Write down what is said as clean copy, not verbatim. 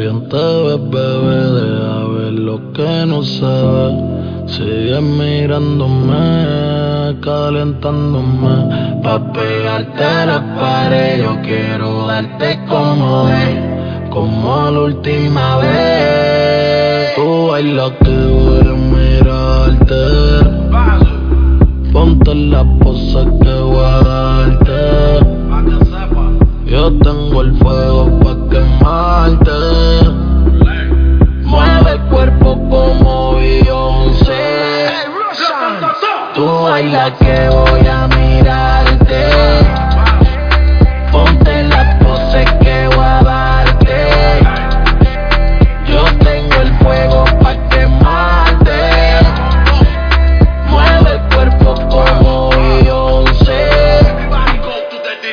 bien te ves, bebé, deja ver lo que no se ve. Sigue mirándome, calentándome, pa' pegarte a la pared. Yo quiero darte como es, como la última vez. Tú bailas que voy a mirarte, ponte la pose